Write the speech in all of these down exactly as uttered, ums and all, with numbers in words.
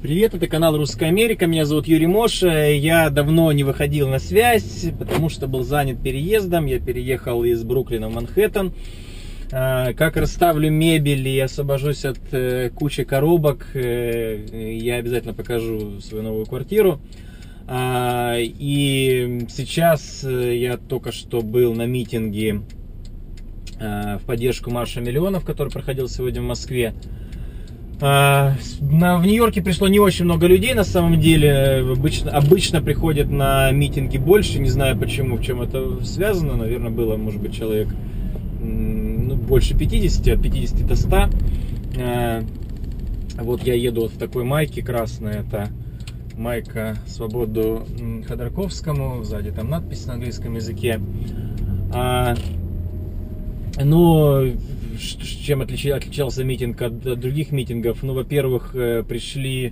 Привет, это канал Русская Америка, меня зовут Юрий Моша. Я давно не выходил на связь, потому что был занят переездом. Я переехал из Бруклина в Манхэттен. Как расставлю мебель и освобожусь от кучи коробок, я обязательно покажу свою новую квартиру. И сейчас я только что был на митинге в поддержку Марша миллионов, который проходил сегодня в Москве. В Нью-Йорке пришло не очень много людей, на самом деле. Обычно, обычно приходят на митинги больше, не знаю почему, в чем это связано. Наверное, было, может быть, человек ну, больше пятидесяти, от пятидесяти до ста. Вот я еду вот в такой майке красной, это майка «Свободу Ходорковскому», сзади там надпись на английском языке. Но чем отличался митинг от других митингов? Ну, во-первых, пришли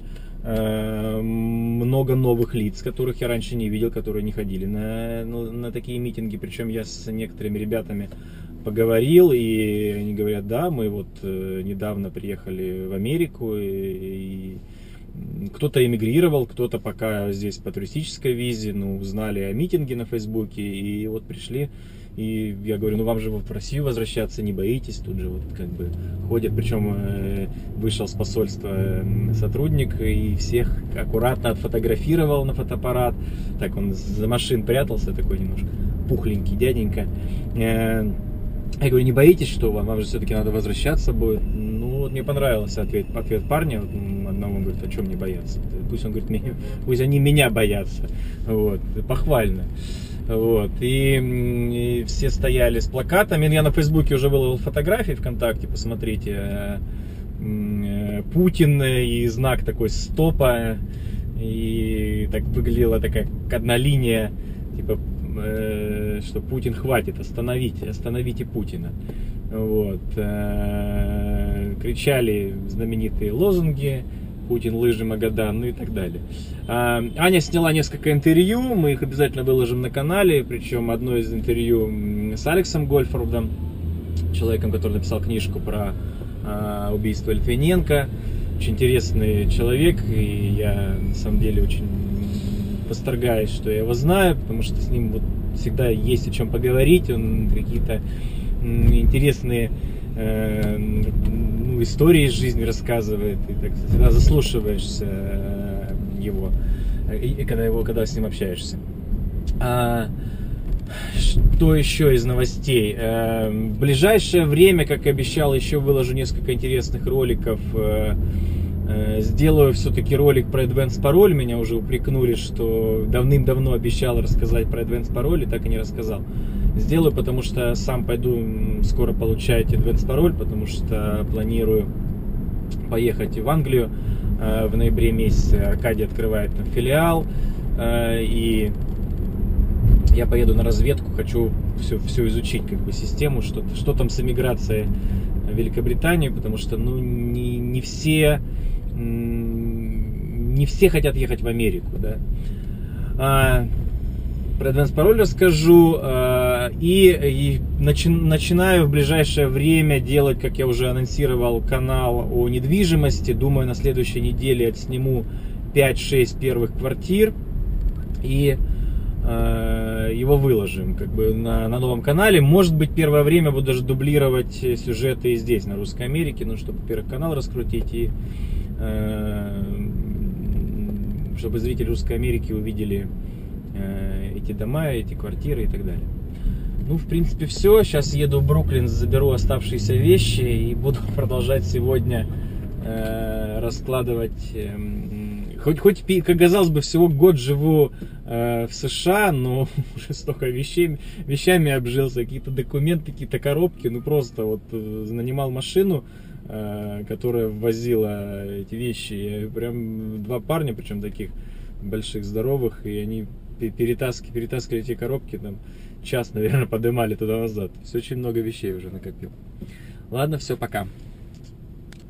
много новых лиц, которых я раньше не видел, которые не ходили на, на такие митинги. Причем я с некоторыми ребятами поговорил, и они говорят, да, мы вот недавно приехали в Америку, и, и кто-то эмигрировал, кто-то пока здесь по туристической визе, ну, узнали о митинге на Фейсбуке, и вот пришли. И я говорю, ну вам же вот в Россию возвращаться не боитесь, тут же вот как бы ходят, причем э, вышел с посольства э, сотрудник и всех аккуратно отфотографировал на фотоаппарат, так он за машин прятался, такой немножко пухленький дяденька. Э, я говорю, не боитесь, что вам, вам же все-таки надо возвращаться будет? Ну вот мне понравился ответ, ответ парня, вот, одного он говорит, о чем мне бояться, пусть он говорит, меня, пусть они меня боятся, вот, похвально. Вот, и, и все стояли с плакатами. Я на Фейсбуке уже выложил фотографии ВКонтакте, посмотрите. Путин и знак такой стопа. И так выглядела такая одна линия, типа, что Путин хватит, остановите, остановите Путина. Вот. Кричали знаменитые лозунги. Путин, лыжи, Магадан, ну и так далее. Аня сняла несколько интервью, мы их обязательно выложим на канале, причем одно из интервью с Алексом Гольфордом, человеком, который написал книжку про убийство Литвиненко. Очень интересный человек, и я на самом деле очень восторгаюсь, что я его знаю, потому что с ним вот всегда есть о чем поговорить, он какие-то интересные ну, истории из жизни рассказывает, и так всегда заслушиваешься его, и когда его, когда с ним общаешься. А, что еще из новостей? А, в ближайшее время, как и обещал, еще выложу несколько интересных роликов. А, а, сделаю все-таки ролик про Advanced пароль. Меня уже упрекнули, что давным-давно обещал рассказать про Advanced пароль и так и не рассказал. Сделаю, потому что сам пойду скоро получать Advanced пароль, потому что планирую поехать в Англию э, в ноябре месяце. Аркадий открывает там филиал, э, и я поеду на разведку, хочу все, все изучить, как бы систему, что, что там с эмиграцией в Великобританию, потому что ну, не, не, все, не все хотят ехать в Америку, да. А, про Advanced пароль расскажу, и, и начи, начинаю в ближайшее время делать, как я уже анонсировал, канал о недвижимости. Думаю, на следующей неделе отсниму пять-шесть первых квартир и э, его выложим как бы на, на новом канале. Может быть, первое время буду даже дублировать сюжеты и здесь, на Русской Америке, ну, чтобы, во-первых, канал раскрутить и э, чтобы зрители Русской Америки увидели эти дома, эти квартиры и так далее. Ну, в принципе, все. Сейчас еду в Бруклин, заберу оставшиеся вещи и буду продолжать сегодня э, раскладывать. Э, хоть, хоть, как казалось бы, всего год живу э, в США, но уже столько вещей, вещами обжился, какие-то документы, какие-то коробки. Ну, просто вот э, нанимал машину, э, которая ввозила эти вещи. Я прям два парня, причем таких больших, здоровых, и они перетаскивали, перетаскивали эти коробки, там час, наверное, поднимали туда-назад. То есть очень много вещей уже накопил. Ладно, все, пока.